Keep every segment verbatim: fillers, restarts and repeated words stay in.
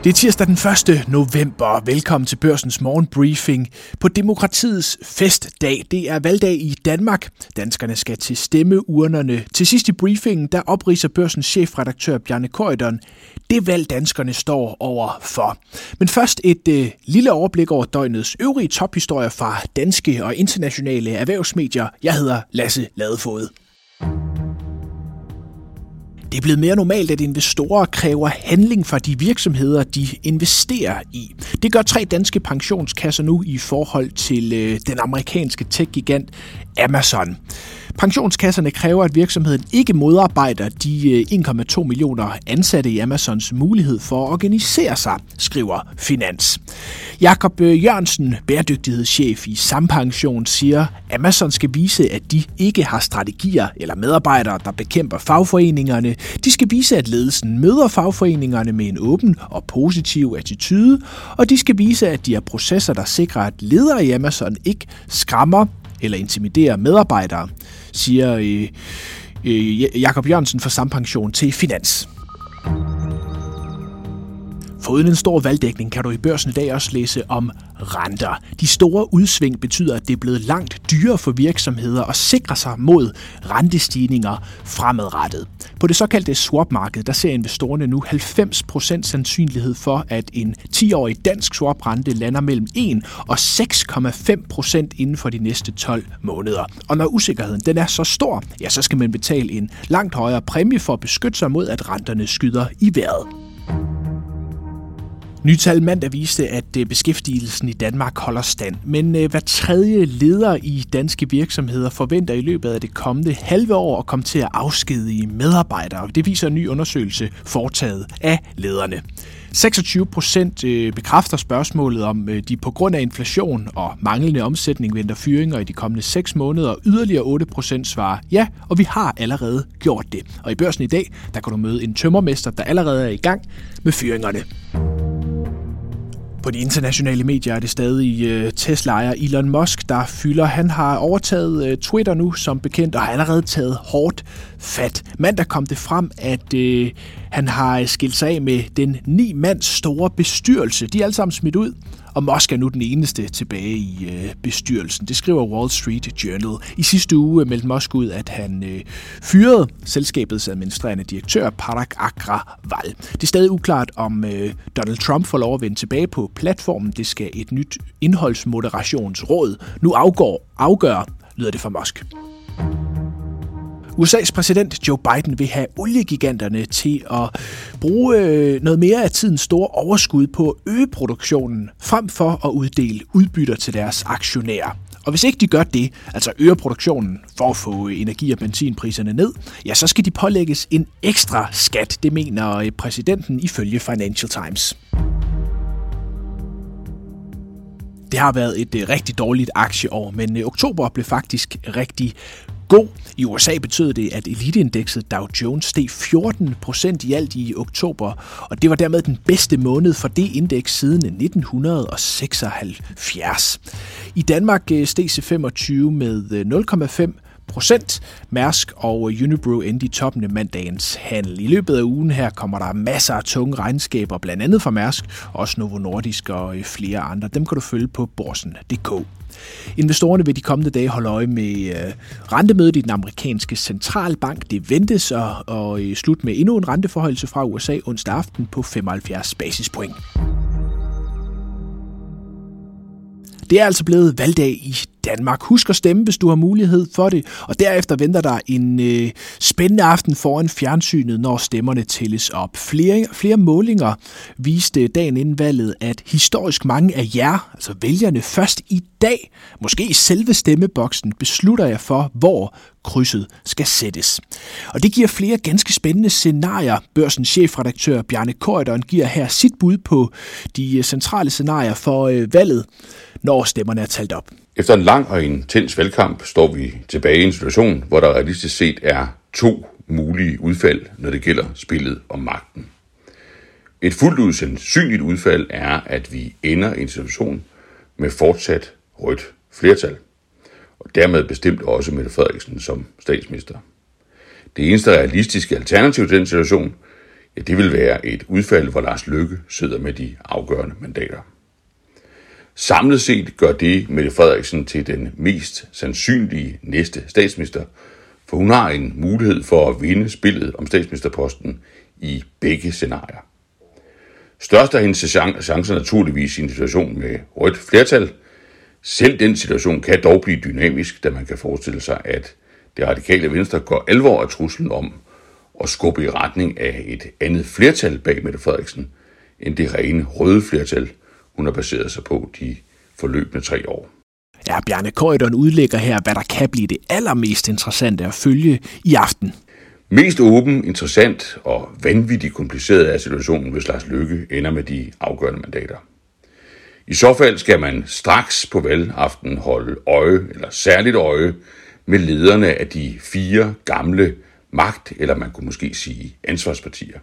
Det er tirsdag den første november. Velkommen til Børsens morgenbriefing på demokratiets festdag. Det er valgdag i Danmark. Danskerne skal til stemmeurnerne. Til sidst i briefingen, der opridser Børsens chefredaktør Bjarne Corydon det valg, danskerne står over for. Men først et øh, lille overblik over døgnets øvrige tophistorier fra danske og internationale erhvervsmedier. Jeg hedder Lasse Ladefoged. Det er blevet mere normalt, at investorer kræver handling fra de virksomheder, de investerer i. Det gør tre danske pensionskasser nu i forhold til øh, den amerikanske tech-gigant Amazon. Pensionskasserne kræver, at virksomheden ikke modarbejder de en komma to millioner ansatte i Amazons mulighed for at organisere sig, skriver Finans. Jakob Jørgensen, bæredygtighedschef i Sampension, siger, at Amazon skal vise, at de ikke har strategier eller medarbejdere, der bekæmper fagforeningerne. De skal vise, at ledelsen møder fagforeningerne med en åben og positiv attitude, og de skal vise, at de har processer, der sikrer, at ledere i Amazon ikke skræmmer eller intimiderer medarbejdere, siger øh, øh, Jakob Jørgensen fra Sampension til Finans. Foruden en stor valgdækning kan du i Børsen i dag også læse om renter. De store udsving betyder, at det er blevet langt dyrere for virksomheder at sikre sig mod rentestigninger fremadrettet. På det såkaldte swap-marked, der ser investorerne nu halvfems procent sandsynlighed for, at en ti-årig dansk swap-rente lander mellem en og seks komma fem procent inden for de næste tolv måneder. Og når usikkerheden den er så stor, ja, så skal man betale en langt højere præmie for at beskytte sig mod, at renterne skyder i vejret. Nye tal mandag viste, at beskæftigelsen i Danmark holder stand, men hver tredje leder i danske virksomheder forventer i løbet af det kommende halve år at komme til at afskedige medarbejdere. Det viser en ny undersøgelse foretaget af lederne. seksogtyve procent bekræfter spørgsmålet om, de på grund af inflation og manglende omsætning venter fyringer i de kommende seks måneder. Yderligere otte procent svarer ja, og vi har allerede gjort det. Og i Børsen i dag, der kan du møde en tømmermester, der allerede er i gang med fyringerne. På de internationale medier er det stadig Tesla-ejer Elon Musk, der fylder. Han har overtaget Twitter nu som bekendt og har allerede taget hårdt fat. Mandag kom det frem, at øh, han har skilt sig af med den ni mands store bestyrelse. De er alle sammen smidt ud, og Musk er nu den eneste tilbage i øh, bestyrelsen. Det skriver Wall Street Journal. I sidste uge meldte Musk ud, at han øh, fyrede selskabets administrerende direktør Parag Agrawal. Det er stadig uklart, om øh, Donald Trump får lov at vende tilbage på platformen. Det skal et nyt indholdsmoderationsråd nu afgår, afgøre, lyder det fra Musk. U S A's præsident Joe Biden vil have oliegiganterne til at bruge noget mere af tidens store overskud på at øge produktionen, frem for at uddele udbytter til deres aktionærer. Og hvis ikke de gør det, altså øger produktionen for at få energi- og benzinpriserne ned, ja, så skal de pålægges en ekstra skat, det mener præsidenten ifølge Financial Times. Det har været et rigtig dårligt aktieår, men oktober blev faktisk rigtig god. I U S A betød det, at eliteindekset Dow Jones steg fjorten procent i alt i oktober, og det var dermed den bedste måned for det indeks siden nitten seksoghalvfjerds. I Danmark steg C femogtyve med nul komma fem procent. Mærsk og Unibrew endte i toppen af mandagens handel. I løbet af ugen her kommer der masser af tunge regnskaber, blandt andet fra Mærsk, også Novo Nordisk og flere andre. Dem kan du følge på borsen punktum d k. Investorerne vil de kommende dage holde øje med uh, rentemødet i den amerikanske centralbank. Det ventes at, at slutte med endnu en renteforhøjelse fra U S A onsdag aften på femoghalvfjerds basispoint. Det er altså blevet valgdag i Danmark. Husk at stemme, hvis du har mulighed for det, og derefter venter der en øh, spændende aften foran fjernsynet, når stemmerne tælles op. Flere, flere målinger viste dagen inden valget, at historisk mange af jer, altså vælgerne, først i dag, måske i selve stemmeboksen, beslutter jer for, hvor krydset skal sættes. Og det giver flere ganske spændende scenarier. Børsens chefredaktør Bjarne Corydon giver her sit bud på de centrale scenarier for øh, valget, når stemmerne er talt op. Efter en lang og intens valgkamp står vi tilbage i en situation, hvor der realistisk set er to mulige udfald, når det gælder spillet om magten. Et fuldt ud sandsynligt udfald er, at vi ender i en situation med fortsat rødt flertal, og dermed bestemt også Mette Frederiksen som statsminister. Det eneste realistiske alternativ til den situation, ja, det vil være et udfald, hvor Lars Løkke sidder med de afgørende mandater. Samlet set gør det Mette Frederiksen til den mest sandsynlige næste statsminister, for hun har en mulighed for at vinde spillet om statsministerposten i begge scenarier. Størst er hendes chancer naturligvis i en situation med rødt flertal. Selv den situation kan dog blive dynamisk, da man kan forestille sig, at det radikale Venstre går alvor af truslen om at skubbe i retning af et andet flertal bag Mette Frederiksen, end det rene røde flertal, hun har baseret sig på de forløbende tre år. Ja, Bjarne Corydon udlægger her, hvad der kan blive det allermest interessante at følge i aften. Mest åben, interessant og vanvittigt kompliceret er situationen, hvis Lars Løkke ender med de afgørende mandater. I så fald skal man straks på valgaften holde øje, eller særligt øje, med lederne af de fire gamle magt, eller man kunne måske sige ansvarspartier.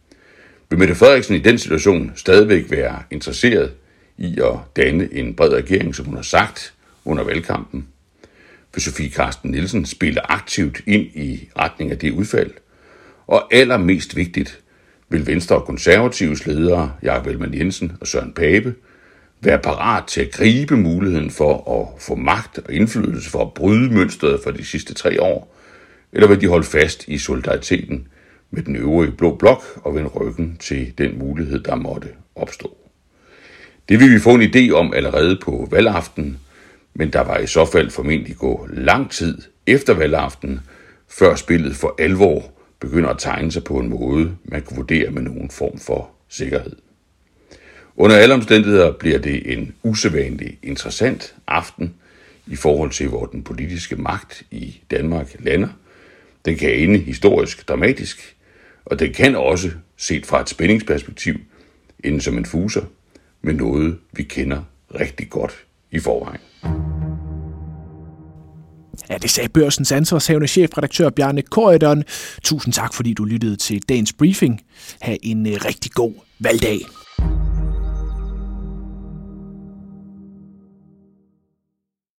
Vil Mette Frederiksen i den situation stadigvæk være interesseret i at danne en bred regering, som hun har sagt under valgkampen? Vil Sofie Carsten Nielsen spille aktivt ind i retning af det udfald? Og allermest vigtigt, vil Venstre og Konservatives ledere, Jakob Ellemann-Jensen og Søren Pape, være parat til at gribe muligheden for at få magt og indflydelse for at bryde mønstret for de sidste tre år? Eller vil de holde fast i solidariteten med den øvrige blå blok og vende ryggen til den mulighed, der måtte opstå? Det vil vi få en idé om allerede på valgaften, men der var i så fald formentlig gå lang tid efter valgaften, før spillet for alvor begynder at tegne sig på en måde, man kan vurdere med nogen form for sikkerhed. Under alle omstændigheder bliver det en usædvanlig interessant aften i forhold til, hvor den politiske magt i Danmark lander. Den kan ende historisk dramatisk, og den kan også, set fra et spændingsperspektiv, ende som en fuser med noget, vi kender rigtig godt i forvejen. Ja, det sagde Børsens ansvarshavende chefredaktør Bjarne Corydon. Tusind tak, fordi du lyttede til dagens briefing. Ha' en rigtig god valgdag.